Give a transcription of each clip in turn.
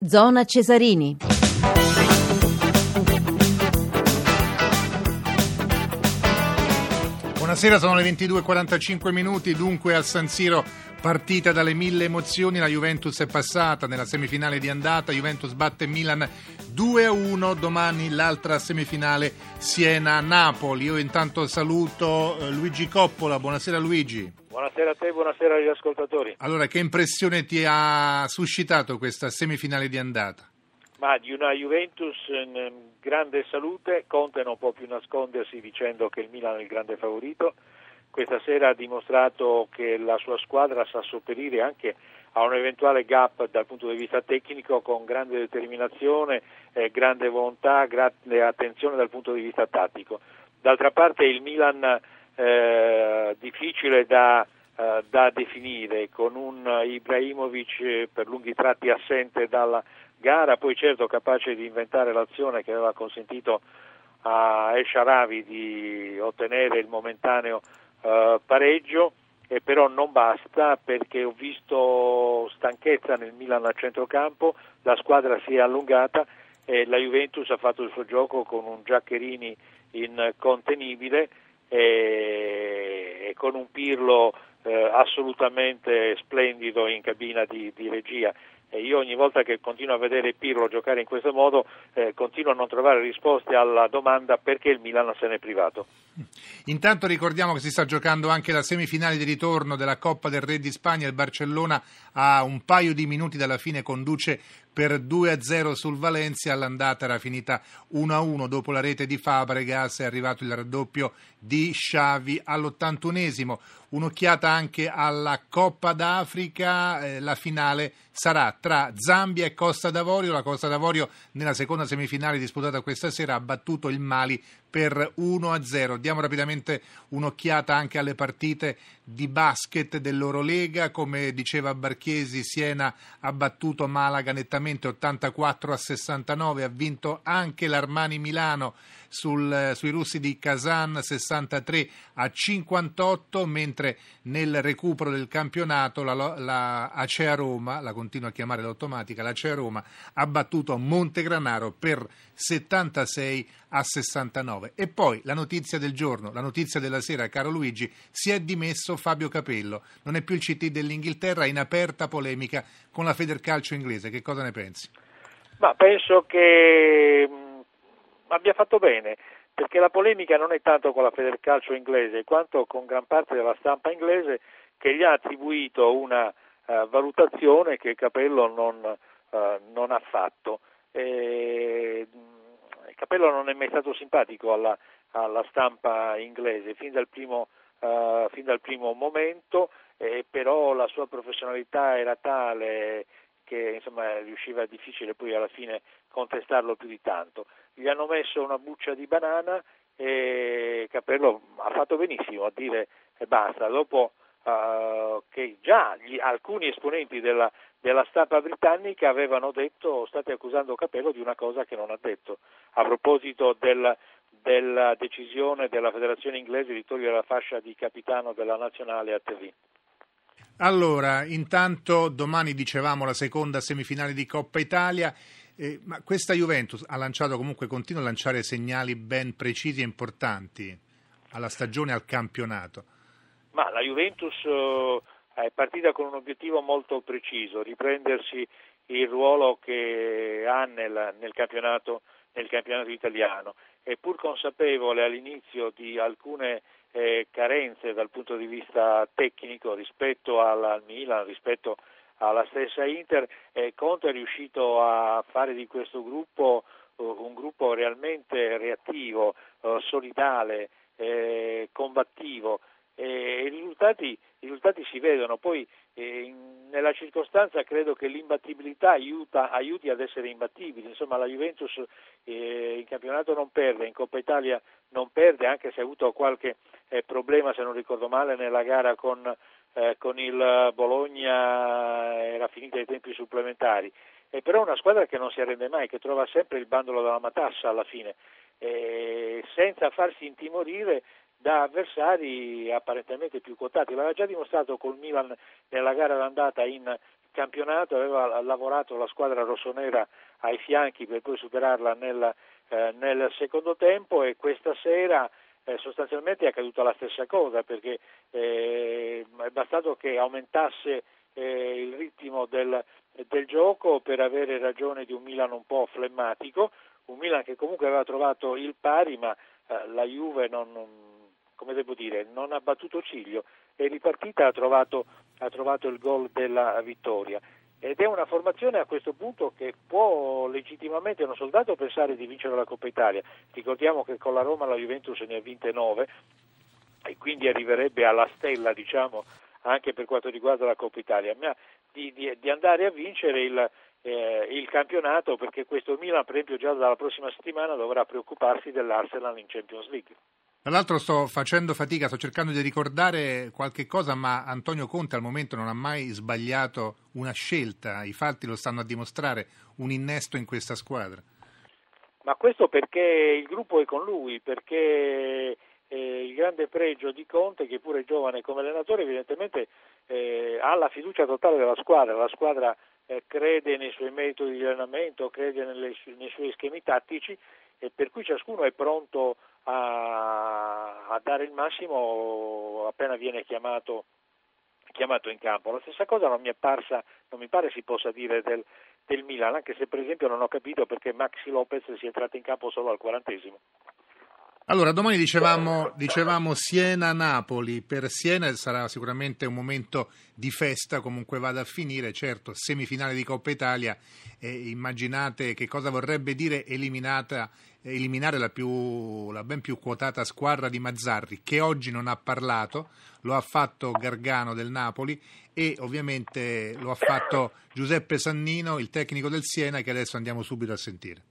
Zona Cesarini. Buonasera, sono le 22:45 minuti, dunque al San Siro partita dalle mille emozioni, la Juventus è passata nella semifinale di andata, Juventus batte Milan 2-1, domani l'altra semifinale Siena-Napoli. Io intanto saluto Luigi Coppola, buonasera Luigi. Buonasera a te, buonasera agli ascoltatori. Allora, che impressione ti ha suscitato questa semifinale di andata? Ma di una Juventus in grande salute, Conte non può più nascondersi dicendo che il Milan è il grande favorito. Questa sera ha dimostrato che la sua squadra sa sopperire anche a un eventuale gap dal punto di vista tecnico con grande determinazione, grande volontà, grande attenzione dal punto di vista tattico. D'altra parte il Milan difficile da definire, con un Ibrahimovic per lunghi tratti assente dalla gara, poi certo capace di inventare l'azione che aveva consentito a El Shaarawy di ottenere il momentaneo pareggio, però non basta, perché ho visto stanchezza nel Milan a centrocampo, la squadra si è allungata e la Juventus ha fatto il suo gioco con un Giaccherini incontenibile e con un Pirlo assolutamente splendido in cabina di regia. E io ogni volta che continuo a vedere Pirlo giocare in questo modo continuo a non trovare risposte alla domanda perché il Milan se n'è privato. Intanto ricordiamo che si sta giocando anche la semifinale di ritorno della Coppa del Re di Spagna. Il Barcellona a un paio di minuti dalla fine conduce per 2-0 sul Valencia. All'andata era finita 1-1 dopo la rete di Fabregas, è arrivato il raddoppio di Xavi all'81esimo. Un'occhiata anche alla Coppa d'Africa, la finale sarà tra Zambia e Costa d'Avorio. La Costa d'Avorio nella seconda semifinale disputata questa sera ha battuto il Mali per 1-0. Diamo rapidamente un'occhiata anche alle partite di basket dell'Eurolega. Come diceva Barchesi, Siena ha battuto Malaga nettamente 84-69, ha vinto anche l'Armani Milano sui russi di Kazan 63-58, mentre nel recupero del campionato la Acea Roma, la continua a chiamare l'automatica, l'Acea Roma ha battuto Montegranaro per 76-69. E poi la notizia del giorno, la notizia della sera, caro Luigi, si è dimesso Fabio Capello, non è più il CT dell'Inghilterra, in aperta polemica con la Federcalcio inglese. Che cosa ne pensi? Ma penso che abbia fatto bene, perché la polemica non è tanto con la Federcalcio inglese quanto con gran parte della stampa inglese, che gli ha attribuito una valutazione che Capello non ha fatto. Capello non è mai stato simpatico alla stampa inglese fin dal primo momento, però la sua professionalità era tale che insomma riusciva difficile poi alla fine contestarlo più di tanto. Gli hanno messo una buccia di banana e Capello ha fatto benissimo a dire basta, dopo che già alcuni esponenti della stampa britannica avevano detto: state accusando Capello di una cosa che non ha detto, a proposito della decisione della federazione inglese di togliere la fascia di capitano della nazionale a Terry. Allora, intanto domani dicevamo la seconda semifinale di Coppa Italia, ma questa Juventus ha lanciato, comunque continua a lanciare segnali ben precisi e importanti alla stagione e al campionato. Ma la Juventus è partita con un obiettivo molto preciso: riprendersi il ruolo che ha nel campionato italiano, e pur consapevole all'inizio di alcune carenze dal punto di vista tecnico rispetto al Milan, rispetto alla stessa Inter, Conte è riuscito a fare di questo gruppo un gruppo realmente reattivo, solidale, combattivo. I risultati si vedono. Poi nella circostanza credo che l'imbattibilità aiuti ad essere imbattibili. Insomma, la Juventus in campionato non perde, in Coppa Italia non perde, anche se ha avuto qualche problema, se non ricordo male, nella gara con il Bologna, era finita ai tempi supplementari. Però è una squadra che non si arrende mai, che trova sempre il bandolo della matassa alla fine, senza farsi intimorire da avversari apparentemente più quotati. L'aveva già dimostrato col Milan nella gara d'andata in campionato, aveva lavorato la squadra rossonera ai fianchi per poi superarla nel secondo tempo, e questa sera sostanzialmente è accaduta la stessa cosa, perché è bastato che aumentasse il ritmo del gioco per avere ragione di un Milan un po' flemmatico, un Milan che comunque aveva trovato il pari, ma la Juve non ha battuto ciglio, e ripartita ha trovato il gol della vittoria. Ed è una formazione a questo punto che può legittimamente non soltanto pensare di vincere la Coppa Italia, ricordiamo che con la Roma la Juventus ne ha vinte 9 e quindi arriverebbe alla stella, diciamo, anche per quanto riguarda la Coppa Italia, ma di andare a vincere il campionato, perché questo Milan, per esempio, già dalla prossima settimana dovrà preoccuparsi dell'Arsenal in Champions League. Tra l'altro sto facendo fatica, sto cercando di ricordare qualche cosa, ma Antonio Conte al momento non ha mai sbagliato una scelta, i fatti lo stanno a dimostrare, un innesto in questa squadra. Ma questo perché il gruppo è con lui, perché il grande pregio di Conte, che pure è giovane come allenatore, evidentemente ha la fiducia totale della squadra, la squadra crede nei suoi metodi di allenamento, crede nei suoi schemi tattici, e per cui ciascuno è pronto a dare il massimo appena viene chiamato in campo. La stessa cosa non mi pare si possa dire del Milan, anche se per esempio non ho capito perché Maxi Lopez si è entrato in campo solo al 40°. Allora, domani dicevamo Siena-Napoli. Per Siena sarà sicuramente un momento di festa, comunque vada a finire. Certo, semifinale di Coppa Italia, immaginate che cosa vorrebbe dire eliminare la ben più quotata squadra di Mazzarri, che oggi non ha parlato, lo ha fatto Gargano del Napoli e ovviamente lo ha fatto Giuseppe Sannino, il tecnico del Siena, che adesso andiamo subito a sentire.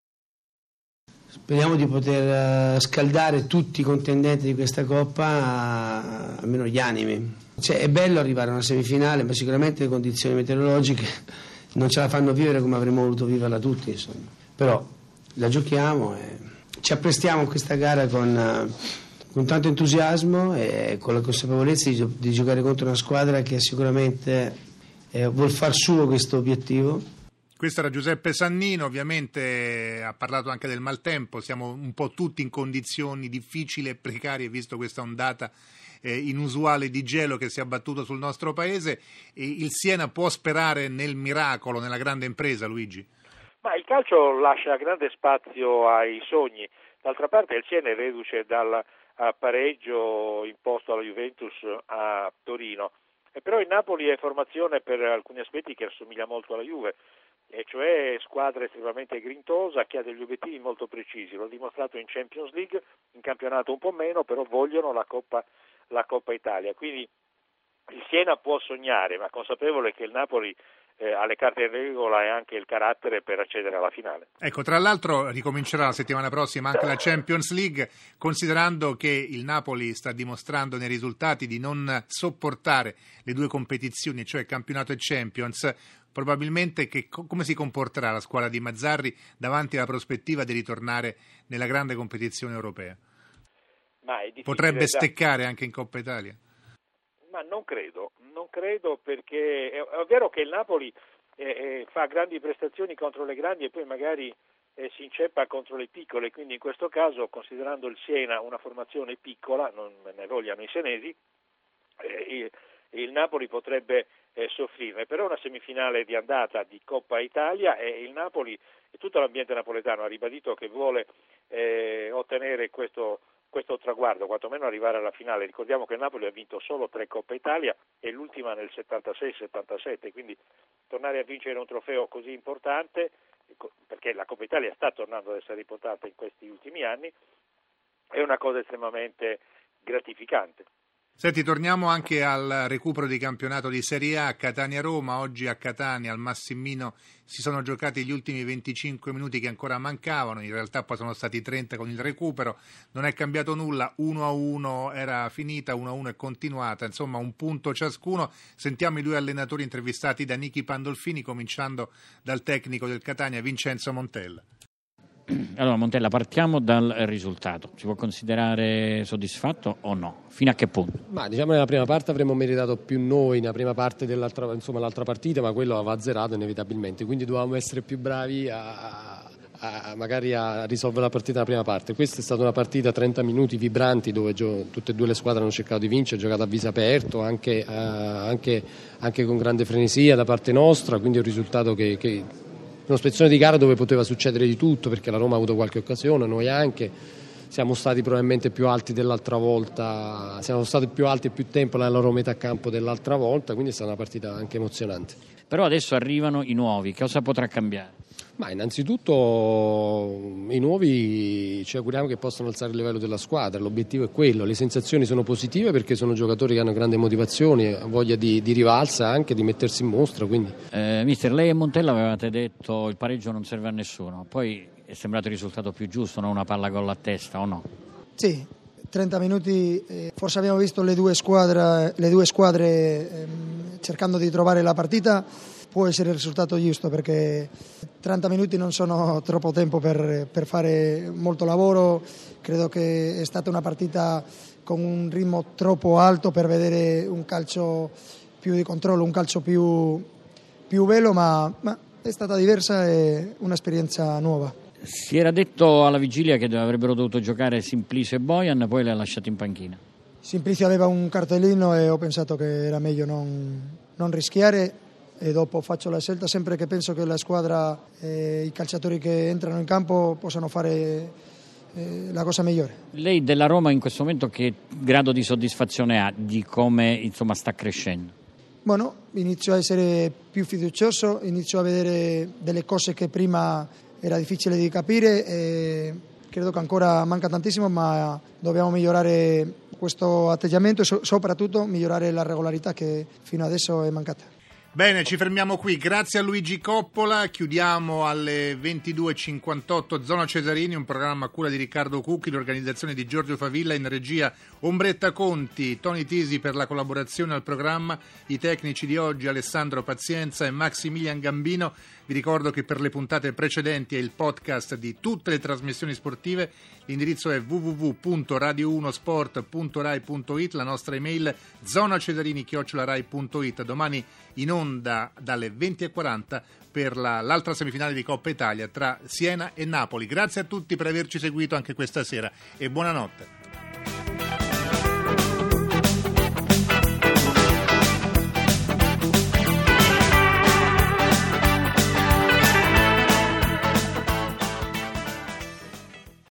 Speriamo di poter scaldare tutti i contendenti di questa Coppa, almeno gli animi. È bello arrivare a una semifinale, ma sicuramente le condizioni meteorologiche non ce la fanno vivere come avremmo voluto viverla tutti, insomma. Però la giochiamo e ci apprestiamo a questa gara con tanto entusiasmo e con la consapevolezza di giocare contro una squadra che sicuramente vuol far suo questo obiettivo. Questo era Giuseppe Sannino, ovviamente ha parlato anche del maltempo, siamo un po' tutti in condizioni difficili e precarie visto questa ondata inusuale di gelo che si è abbattuto sul nostro paese. Il Siena può sperare nel miracolo, nella grande impresa, Luigi? Ma il calcio lascia grande spazio ai sogni, d'altra parte il Siena è reduce dal pareggio imposto alla Juventus a Torino, e però il Napoli è formazione per alcuni aspetti che assomiglia molto alla Juve, e cioè squadra estremamente grintosa che ha degli obiettivi molto precisi, l'ho dimostrato in Champions League, in campionato un po' meno, però vogliono la Coppa Italia, quindi il Siena può sognare, ma consapevole che il Napoli ha le carte in regola e anche il carattere per accedere alla finale. Ecco, tra l'altro ricomincerà la settimana prossima anche la Champions League, considerando che il Napoli sta dimostrando nei risultati di non sopportare le due competizioni, cioè campionato e Champions. Probabilmente come si comporterà la squadra di Mazzarri davanti alla prospettiva di ritornare nella grande competizione europea? Potrebbe steccare anche in Coppa Italia? Ma non credo perché è vero che il Napoli fa grandi prestazioni contro le grandi e poi magari si inceppa contro le piccole, quindi in questo caso, considerando il Siena una formazione piccola, non me ne vogliano i senesi, il Napoli potrebbe soffrirne, però una semifinale di andata di Coppa Italia e il Napoli e tutto l'ambiente napoletano ha ribadito che vuole ottenere questo traguardo, quantomeno arrivare alla finale. Ricordiamo che il Napoli ha vinto solo 3 Coppa Italia e l'ultima nel 76-77, quindi tornare a vincere un trofeo così importante, perché la Coppa Italia sta tornando ad essere importante in questi ultimi anni, è una cosa estremamente gratificante. Senti, torniamo anche al recupero di campionato di Serie A, Catania-Roma. Oggi a Catania, al Massimino, si sono giocati gli ultimi 25 minuti che ancora mancavano, in realtà poi sono stati 30 con il recupero, non è cambiato nulla, 1-1 era finita, 1-1 è continuata, insomma un punto ciascuno. Sentiamo i due allenatori intervistati da Nichi Pandolfini, cominciando dal tecnico del Catania, Vincenzo Montella. Allora Montella, partiamo dal risultato. Si può considerare soddisfatto o no? Fino a che punto? Ma diciamo nella prima parte avremmo meritato più noi, nella prima parte dell'altra partita, ma quello va azzerato inevitabilmente, quindi dovevamo essere più bravi magari a risolvere la partita nella prima parte. Questa è stata una partita 30 minuti vibranti dove tutte e due le squadre hanno cercato di vincere, giocato a viso aperto, anche con grande frenesia da parte nostra, quindi è un risultato che una spezzone di gara dove poteva succedere di tutto, perché la Roma ha avuto qualche occasione, noi anche. Siamo stati probabilmente più alti dell'altra volta, siamo stati più alti e più tempo nella loro metà campo dell'altra volta, quindi è stata una partita anche emozionante. Però adesso arrivano i nuovi, cosa potrà cambiare? Ma innanzitutto i nuovi ci auguriamo che possano alzare il livello della squadra, l'obiettivo è quello, le sensazioni sono positive perché sono giocatori che hanno grande motivazione, voglia di rivalsa anche, di mettersi in mostra. Quindi. Mister, lei e Montella avevate detto il pareggio non serve a nessuno, poi è sembrato il risultato più giusto, non una palla gol a testa o no? Sì, 30 minuti, forse abbiamo visto le due squadre cercando di trovare la partita. Può essere il risultato giusto perché 30 minuti non sono troppo tempo per fare molto lavoro. Credo che è stata una partita con un ritmo troppo alto per vedere un calcio più di controllo, un calcio più bello, ma è stata diversa e un'esperienza nuova. Si era detto alla vigilia che avrebbero dovuto giocare Simplicio e Bojan, poi li ha lasciati in panchina. Simplicio aveva un cartellino e ho pensato che era meglio non rischiare. E dopo faccio la scelta sempre che penso che la squadra e i calciatori che entrano in campo possano fare la cosa migliore. Lei della Roma in questo momento che grado di soddisfazione ha di come sta crescendo? Bueno, inizio a essere più fiducioso, inizio a vedere delle cose che prima era difficile di capire e credo che ancora manca tantissimo, ma dobbiamo migliorare questo atteggiamento e soprattutto migliorare la regolarità che fino adesso è mancata. Bene, ci fermiamo qui. Grazie a Luigi Coppola. Chiudiamo alle 22.58 Zona Cesarini, un programma a cura di Riccardo Cucchi, l'organizzazione di Giorgio Favilla, in regia Ombretta Conti, Toni Tisi per la collaborazione al programma, i tecnici di oggi Alessandro Pazienza e Maximilian Gambino. Vi ricordo che per le puntate precedenti e il podcast di tutte le trasmissioni sportive l'indirizzo è www.radio1sport.rai.it, la nostra email zonacesarini@rai.it. Domani in onda dalle 20.40 per l'altra semifinale di Coppa Italia tra Siena e Napoli. Grazie a tutti per averci seguito anche questa sera e buonanotte.